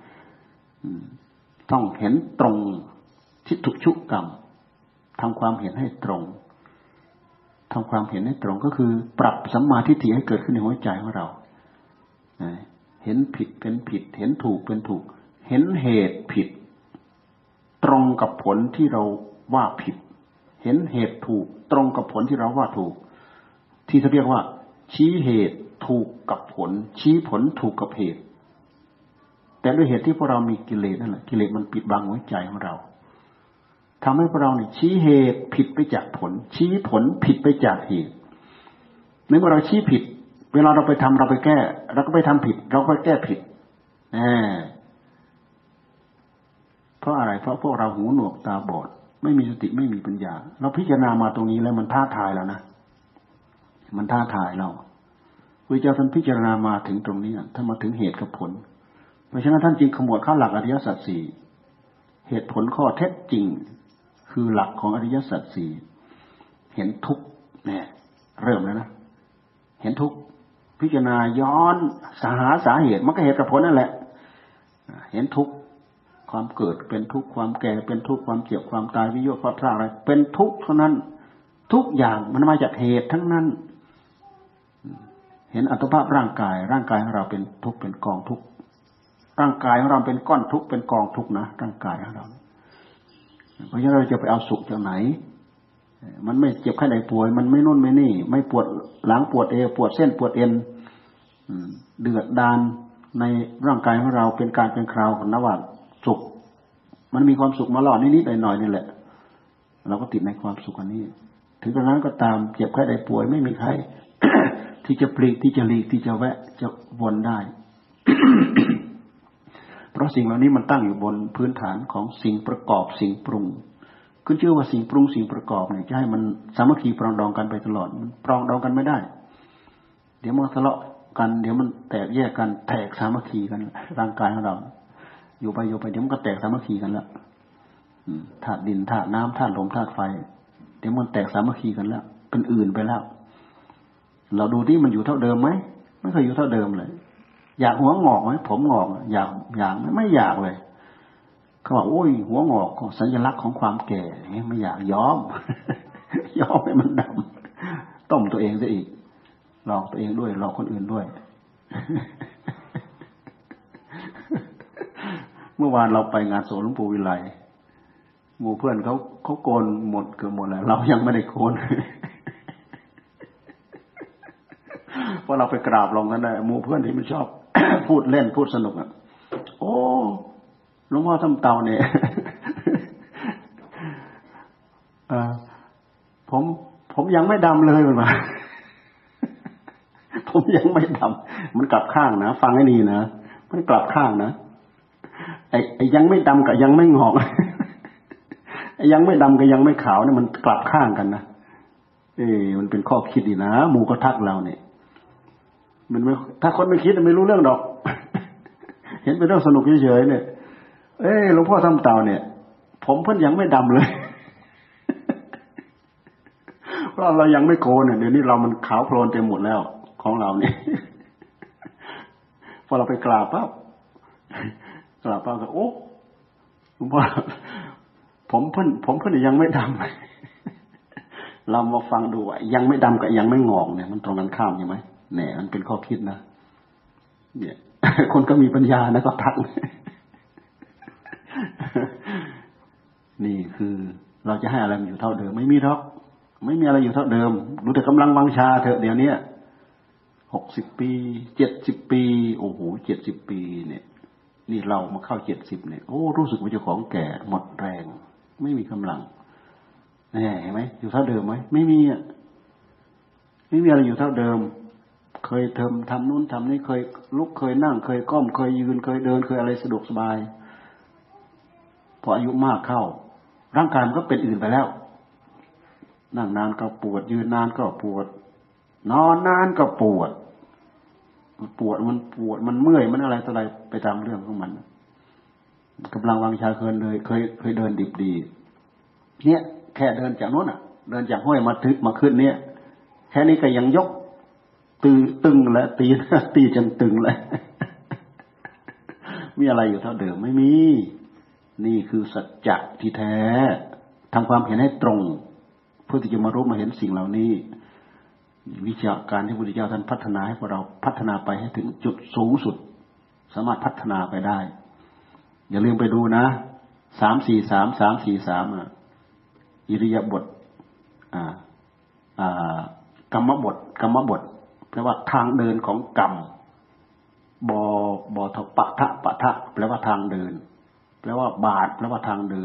ต้องเห็นตรงทิฏฐุชุกรรมทำความเห็นให้ตรงทำความเห็นให้ตรงก็คือปรับสัมมาทิฏฐิให้เกิดขึ้นในหัวใจของเราเห็นผิดเป็นผิดเห็นถูกเป็นถูกเห็นเหตุผิดตรงกับผลที่เราว่าผิดเห็นเหตุถูกตรงกับผลที่เราว่าถูกที่เขาเรียกว่าชี้เหตุถูกกับผลชี้ผลถูกกับเหตุแต่ด้วยเหตุที่พวกเรามีกิเลสนั่นแหละกิเลสมันปิดบังหัวใจของเราทำให้พวกเราเนี่ยชี้เหตุผิดไปจากผลชี้ผลผิดไปจากเหตุเมื่อเราชี้ผิดเวลาเราไปทำเราไปแก้เราก็ไปทำผิดเราก็แก้ผิดเพราะอะไรเพราะพวกเราหูหนวกตาบอดไม่มีสติไม่มีปัญญาเราพิจารณามาตรงนี้แล้วมันท้าทายแล้วนะมันท้าทายเราพระเจ้าท่านพิจารณามาถึงตรงนี้ท่านมาถึงเหตุกับผลเพราะฉะนั้นท่านจึงขมวดเข้าหลักอริยสัจสี่เหตุผลข้อเท็จจริงคือหลักของอริยสัจสี่เห็นทุกข์เนี่ยเริ่มแล้วนะเห็นทุกข์พิจารณาย้อนหาสาเหตุมันก็เหตุกับผลนั่นแหละเห็นทุกข์ความเกิดเป็นทุกข์ความแก่เป็นทุกข์ความเจ็บความตายวิโยคพลาดพลาดอะไรเป็นทุกข์เท่านั้นทุกอย่างมันมาจากเหตุทั้งนั้นเห็นอัตภาพร่างกายของเราเป็นทุกข์เป็นกองทุกข์ร่างกายของเราเป็นก้อนทุกข์เป็นกองทุกข์นะร่างกายของเราเพราะฉะนั้นเราจะไปเอาสุขจากไหนมันไม่เจ็บไข้ใดป่วยมันไม่นู่นไม่นี่ไม่ปวดหลังปวดเอวปวดเส้นปวดเอ็นเดือดดาลในร่างกายของเราเป็นการเป็นคราวของนว่าสุขมันมีความสุขมาหล่อนิดๆหน่อยๆนี่แหละเราก็ติดในความสุขอันนี้ถึงกระนั้นก็ตามเจ็บไข้ใดป่วยไม่มีใคร ที่จะปลีกที่จะหลีกที่จะแวะจะวนได้ เพราะสิ่งเหล่านี้มันตั้งอยู่บนพื้นฐานของสิ่งประกอบสิ่งปรุงขึ้นชื่อว่าสิ่งปรุงสิ่งประกอบเนี่ยจะให้มันสามัคคีปรองดองกันไปตลอดมันปรองดองกันไม่ได้เดี๋ยวมันทะเลาะกันเดี๋ยวมันแตกแยกกันแตกสามัคคีกันร่างกายของเราอยู่ไปเดี๋ยวมันก็แตกสามัคคีกันแล้วธาตุดินธาตุน้ำธาตุลมธาตุไฟเดี๋ยวมันแตกสามัคคีกันแล้วเป็นอื่นไปแล้วเราดูที่มันอยู่เท่าเดิมไหมไม่เคยอยู่เท่าเดิมเลยอยากหัวงอกไหมผมงอกอยากไม่อยากเลยเขาบอกโอ้ยหัวงอกสัญลักษณ์ของความแก่ไม่อยากยอม ยอมให้มันดำต้มตัวเองซะอีกหลอกตัวเองด้วยหลอกคนอื่นด้วย เมื่อวานเราไปงานศพหลวงปู่วิไลหมู่เพื่อนเขาโกนหมดเกือบหมดแล้วเรายังไม่ได้โกน เพราะเราไปกราบลงกันได้หมู่เพื่อนที่มันชอบ พูดเล่นพูดสนุกอ่ะโอ้หลวงพ่อทำเตาเนี่ย ผมยังไม่ดำเลยมันมา ผมยังไม่ดำมันกลับข้างนะฟังให้ดีนะมันกลับข้างนะไอ้ยังไม่ดำกับยังไม่งอก ไอ้ยังไม่ดำกับยังไม่ขาวเนี่ยมันกลับข้างกันนะมันเป็นข้อคิดดีนะหมู่ก็ทักเราเนี่ยมันไม่ถ้าคนไม่คิดไม่รู้เรื่องดอก เห็นเป็นเรื่องสนุกเฉยๆเนี่ยหลวงพ่อทำเตาเนี่ยผมเพิ่นยังไม่ดำเลย เพราะเรายังไม่โกนเนี่ยเดี๋ยวนี้เรามันขาวโพลนเต็มหมดแล้วของเราเนี่ย พอเราไปกราบปั๊บก็โอ้หลวงพ่อผมเพิ่นยังไม่ดำ เรามาฟังดูว่ายังไม่ดำกับยังไม่งอกเนี่ยมันตรงกันข้ามใช่ไหมเนี่ยมันเป็นข้อคิดนะเนี่ย คนก็มีปัญญานะก็ทัก นี่คือเราจะให้อะไรมันอยู่เท่าเดิมไม่มีหรอกไม่มีอะไรอยู่เท่าเดิมดูแต่กำลังวังชาเถอะเดี๋ยวนี้60 ปี70 ปีโอ้โห70 ปีเนี่ยนี่เรามาเข้า70เนี่ยโอ้รู้สึกว่าเจ้าของแก่หมดแรงไม่มีกำลังแน่เห็นไหมอยู่เท่าเดิมไหมไม่มีอ่ะไม่มีอะไรอยู่เท่าเดิมเคยทำนู้นทำนี้เคยลุกเคยนั่งเคยก้มเคยยืนเคยเดินเคยอะไรสะดวกสบายพออายุมากเข้าร่างกายมันก็เป็นอื่นไปแล้วนั่งนานก็ปวดยืนนานก็ปวดนอนนานก็ปวดมันเมื่อยมันอะไรต่ออะไรไปตามเรื่องของมันกำลังวังชาเคยเดินดิบดีเนี่ยแค่เดินจากโน้นเดินจากห้วยมาขึ้นเนี่ยแค่นี้ก็ยังยกตึงแล้วตีจนตึงแล้วมีอะไรอยู่เท่าเดิมไม่มีนี่คือสัจจะที่แท้ทำความเห็นให้ตรงเพื่อที่จะมารู้มาเห็นสิ่งเหล่านี้วิชาการที่พระพุทธเจ้าท่านพัฒนาให้พวกเราพัฒนาไปให้ถึงจุดสูงสุดสามารถพัฒนาไปได้อย่าลืมไปดูนะ343อิริยาบถกรรมบทแปลว่าทางเดินของกรรมบทปะทะแปลว่าทางเดินแปลว่าบาทแปลว่าทางเดิน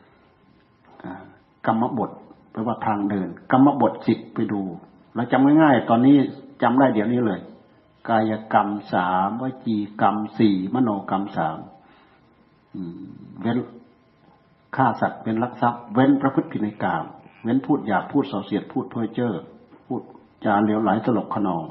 กรรมบทแปลว่าทางเดินกรรมบท10ไปดูเราจำง่ายๆตอนนี้จำได้เดี๋ยวนี้เลยกายกรรม3วจีกรรม4มโนกรรม3เว้นฆ่าสัตว์เว้นลักทรัพย์เว้นประพฤติผิดในกามเว้นพูดหยาบพูดส่อเสียดพูดเพ้อเจ้อพูดจาเหลวไหลตลกขนอง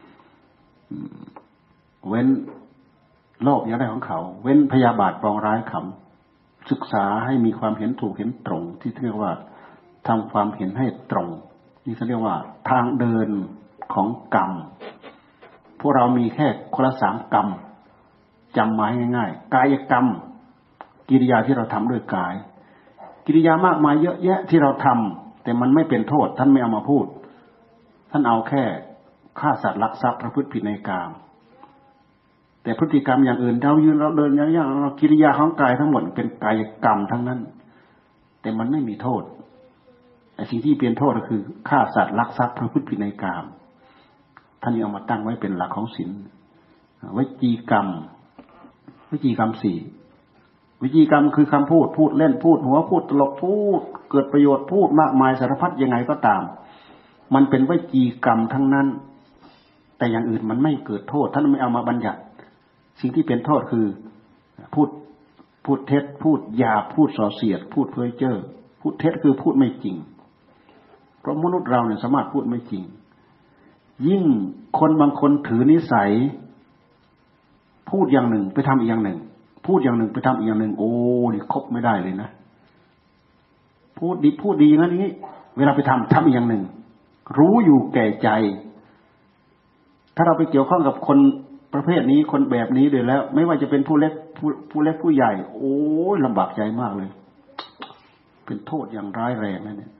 เว้นโลภอยากได้ของเขาเว้นพยาบาทปองร้ายขำศึกษาให้มีความเห็นถูกเห็นตรงที่เรียกว่าทำความเห็นให้ตรงนี่เขาเรียกว่าทางเดินของกรรมพวกเรามีแค่คนละ3กรรมจำมาให้ง่ายๆกายกรรมกิริยาที่เราทำด้วยกายกิริยามากมายเยอะแยะที่เราทำแต่มันไม่เป็นโทษท่านไม่เอามาพูดท่านเอาแค่ฆ่าสัตว์ลักทรัพย์ประพฤติผิดในกามแต่พฤติกรรมอย่างอื่นเรายืนเราเดินอย่างเรากิริยาของกายทั้งหมดเป็นกายกรรมทั้งนั้นแต่มันไม่มีโทษไอ้สิ่งที่เป็นโทษก็คือฆ่าสัตว์ลักทรัพย์ประพฤติผิดในกามท่านเอามาตั้งไว้เป็นหลักของศีลวจีกรรม4วิจีกรรมคือคำพูดเล่นพูดหัวพูดตลกพูดเกิดประโยชน์พูดมากมายสารพัดยังไงก็ตามมันเป็นวจีกรรมทั้งนั้นแต่อย่างอื่นมันไม่เกิดโทษท่านไม่เอามาบัญญัติสิ่งที่เป็นโทษคือพูดเท็จพูดหยาบพูดส่อเสียดพูดเพ้อเจ้อพูดเท็จคือพูดไม่จริงเพราะมนุษย์เราเนี่ยสามารถพูดไม่จริงยิ่งคนบางคนถือนิสัยพูดอย่างหนึ่งไปทำอีกอย่างหนึ่งพูดอย่างหนึ่งไปทำอีกอย่างหนึ่งโอ้นี่คบไม่ได้เลยนะพูดดีอย่างนั้นอย่างนี้เวลาไปทำอีกอย่างหนึ่งรู้อยู่แก่ใจถ้าเราไปเกี่ยวข้องกับคนประเภทนี้คนแบบนี้ด้วยแล้วไม่ว่าจะเป็นผู้เล็กผู้ใหญ่โอ้ยลำบากใจมากเลยเป็นโทษอย่างร้ายแรงนะเนี่ย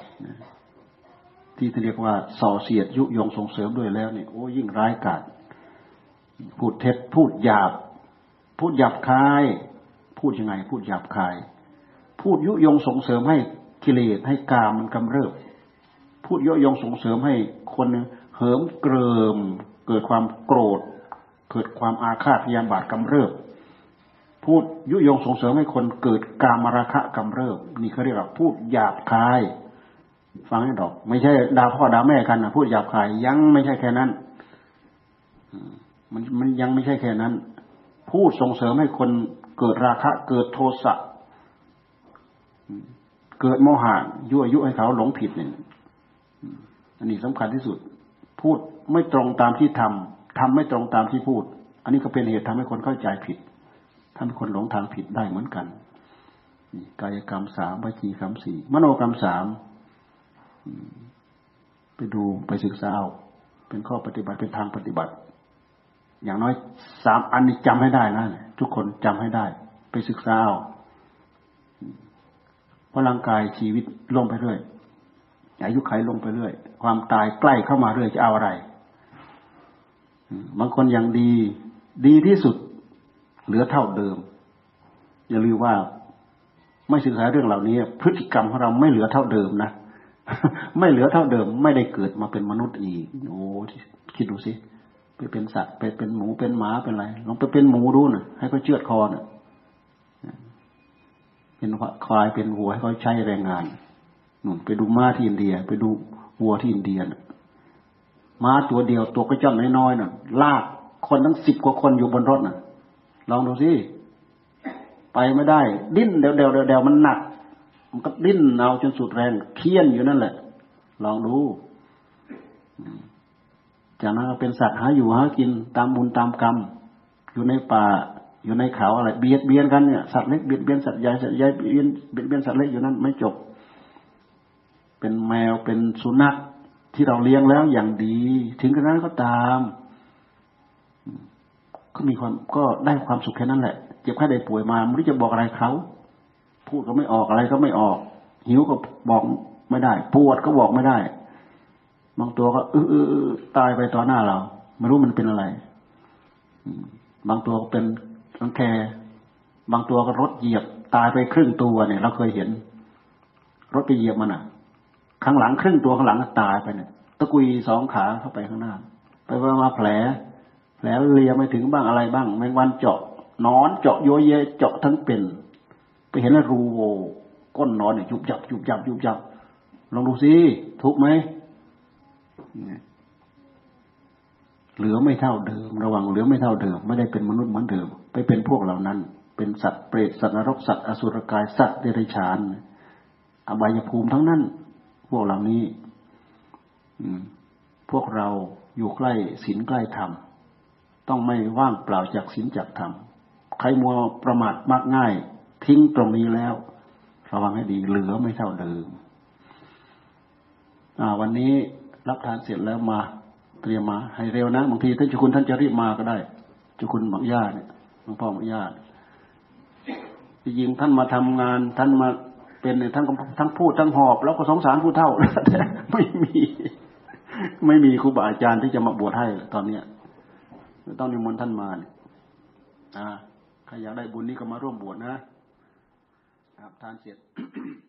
ที่เรียกว่าส่อเสียดยุยงส่งเสริมด้วยแล้วเนี่ยโอ้ยิ่งร้ายกาจพูดเท็จพูดหยาบคายพูดยังไงพูดหยาบคายพูดยุยงส่งเสริมให้กิเลสให้กามมันกำเริบพูดยุยงส่งเสริมให้คนเหิมเกริมเกิดความโกรธเกิดความอาฆาตพยาบาทกำเริบพูดยุยงส่งเสริมให้คนเกิดกามราคะกำเริบนี่เขาเรียกว่าพูดหยาบคายฟังให้ดอกไม่ใช่ด่าพ่อด่าแม่กันนะพูดหยาบคายยังไม่ใช่แค่นั้นมันยังไม่ใช่แค่นั้นพูดส่งเสริมให้คนเกิดราคะเกิดโทสะเกิดโมหะยั่วยุให้เขาหลงผิดเนี่ยอันนี้สำคัญที่สุดพูดไม่ตรงตามที่ทำไม่ตรงตามที่พูดอันนี้ก็เป็นเหตุทำให้คนเข้าใจผิดทำให้คนหลงทางผิดได้เหมือนกันกายกรรม3วจีกรรม4มโนกรรม3ไปดูไปศึกษาเอาเป็นข้อปฏิบัติเป็นทางปฏิบัติอย่างน้อย3อันนี้จำให้ได้นะทุกคนจำให้ได้ไปศึกษาเอาเพราะร่างกายชีวิตลงไปเรื่อยอายุขัยลงไปเรื่อยความตายใกล้เข้ามาเรื่อยจะเอาอะไรบางคนอย่างดีที่สุดเหลือเท่าเดิมอย่าลืมว่าไม่ศึกษาเรื่องเหล่านี้พฤติกรรมของเราไม่เหลือเท่าเดิมนะไม่เหลือเท่าเดิมไม่ได้เกิดมาเป็นมนุษย์อีกโอ้คิดดูสิไปเป็นสัตว์ไปเป็นหมูเป็นหมาเป็นอะไรลองไปเป็นหมูดูน่ะให้เขาเชือดคอน่ะเป็นควายเป็นวัวให้เขาใช้แรงงานนู่นไปดูม้าที่อินเดียไปดูวัวที่อินเดียน่ะม้าตัวเดียวตัวกระจ้อนน้อยๆน่ะลากคนทั้ง10กว่าคนอยู่บนรถน่ะลองดูสิไปไม่ได้ดิ้นเดี๋ยวมันหนักมันก็ดิ้นเอาจนสุดแรงเคี่ยนอยู่นั่นแหละลองดูจากนั้นก็เป็นสัตว์หาอยู่หากินตามบุญตามกรรมอยู่ในป่าอยู่ในเขาอะไรเบียดเบียนกันเนี่ยสัตว์เล็กเบียดเบียนสัตว์ใหญ่สัตว์ใหญ่เบียดเบียนสัตว์เล็กอยู่นั้นไม่จบเป็นแมวเป็นสุนัขที่เราเลี้ยงแล้วอย่างดีถึงกระนั้นก็ตามก็มีความก็ได้ความสุขแค่นั้นแหละเจ็บไข้ได้ป่วยมาไม่รู้จะบอกอะไรเขาพูดก็ไม่ออกอะไรก็ไม่ออกหิวก็บอกไม่ได้ปวดก็บอกไม่ได้บางตัวก็ตายไปต่อหน้าเราไม่รู้มันเป็นอะไรบางตัวก็เป็นรังแคบางตัวก็รถเหยียบตายไปครึ่งตัวเนี่ยเราเคยเห็นรถไปเหยียบมันข้างหลังครึ่งตัวข้างหลังตายไปเนี่ยตะกุยสองขาเข้าไปข้างหน้าไปมาแผลเลียไม่ถึงบ้างอะไรบ้างแมงวันเจาะนอนเจาะโยเยเจาะทั้งเป็นไปเห็นแล้วรูโวก้นนอนเนี่ยยุบยับลองดูสิทุกไหมเหลือไม่เท่าเดิมระวังเหลือไม่เท่าเดิมไม่ได้เป็นมนุษย์เหมือนเดิมไปเป็นพวกเหล่านั้นเป็นสัตว์เปรตสัตว์นรกสัตว์อสุรกายสัตว์เดรัจฉานอบายภูมิทั้งนั้นพวกเหล่านี้พวกเราอยู่ใกล้ศีลใกล้ธรรมต้องไม่ว่างเปล่าจากศีลจากธรรมใครมัวประมาทมักง่ายทิ้งตรงนี้แล้วระวังให้ดีเหลือไม่เท่าเดิมวันนี้รับทานเสร็จแล้วมาเตรียมมาให้เร็วนะบางทีท่านเจ้าคุณท่านจะรีบมาก็ได้เจ้าคุณบางญาติเนี่ยหลวงพ่อบางญาติจริงๆท่านมาทำงานท่านมาเป็นท่านก็ทั้งพูดทั้งหอบแล้วก็สงสารผู้เฒ่าไม่มีครูบาอาจารย์ที่จะมาบวชให้ตอนเนี้ยต้องนิมนต์ท่านมาเนี่ยใครอยากได้บุญนี้ก็มาร่วมบวชนะครับทานเสร็จ